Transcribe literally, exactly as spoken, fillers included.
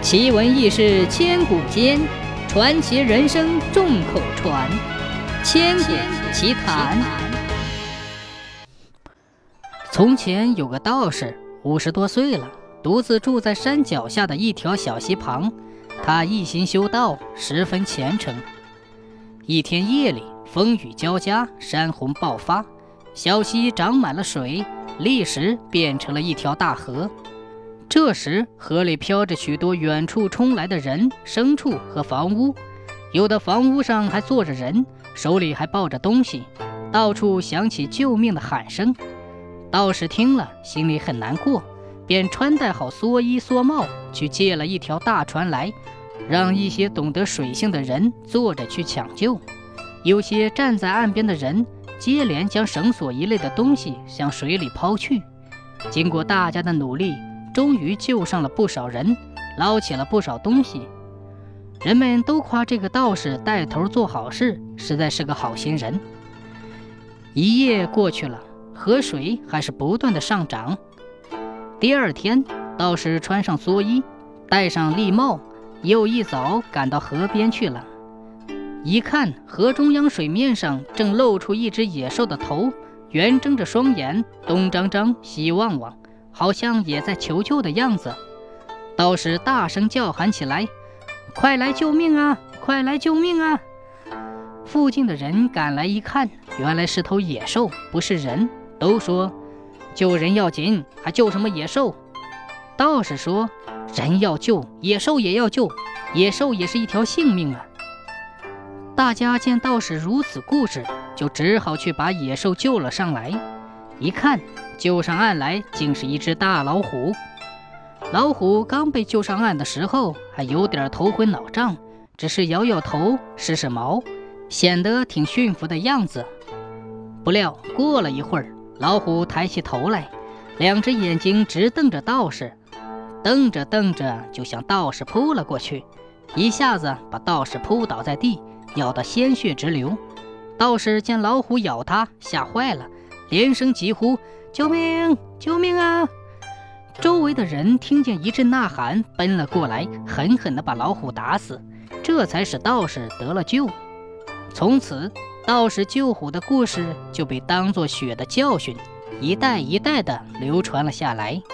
奇闻异事千古间，传奇人生众口传。千古奇谈。从前有个道士，五十多岁了，独自住在山脚下的一条小溪旁。他一心修道，十分虔诚。一天夜里，风雨交加，山洪爆发，小溪涨满了水，立时变成了一条大河。这时河里飘着许多远处冲来的人、牲畜和房屋，有的房屋上还坐着人，手里还抱着东西，到处响起救命的喊声。道士听了心里很难过，便穿戴好蓑衣蓑帽，去借了一条大船来，让一些懂得水性的人坐着去抢救。有些站在岸边的人接连将绳索一类的东西向水里抛去。经过大家的努力，终于救上了不少人，捞起了不少东西。人们都夸这个道士带头做好事，实在是个好心人。一夜过去了，河水还是不断的上涨。第二天，道士穿上蓑衣，戴上笠帽，又一早赶到河边去了。一看，河中央水面上正露出一只野兽的头，圆睁着双眼，东张张西望望，好像也在求救的样子。道士大声叫喊起来：快来救命啊，快来救命啊！附近的人赶来一看，原来是头野兽，不是人，都说救人要紧，还救什么野兽？道士说，人要救，野兽也要救，野兽也是一条性命啊。大家见道士如此固执，就只好去把野兽救了上来。一看，救上岸来竟是一只大老虎。老虎刚被救上岸的时候还有点头昏脑胀，只是摇摇头，试试毛，显得挺驯服的样子。不料过了一会儿，老虎抬起头来，两只眼睛直瞪着道士，瞪着瞪着就向道士扑了过去，一下子把道士扑倒在地，咬得鲜血直流。道士见老虎咬他，吓坏了，连声疾呼：救命！救命啊！周围的人听见一阵呐喊，奔了过来，狠狠地把老虎打死，这才使道士得了救。从此，道士救虎的故事就被当作血的教训，一代一代地流传了下来。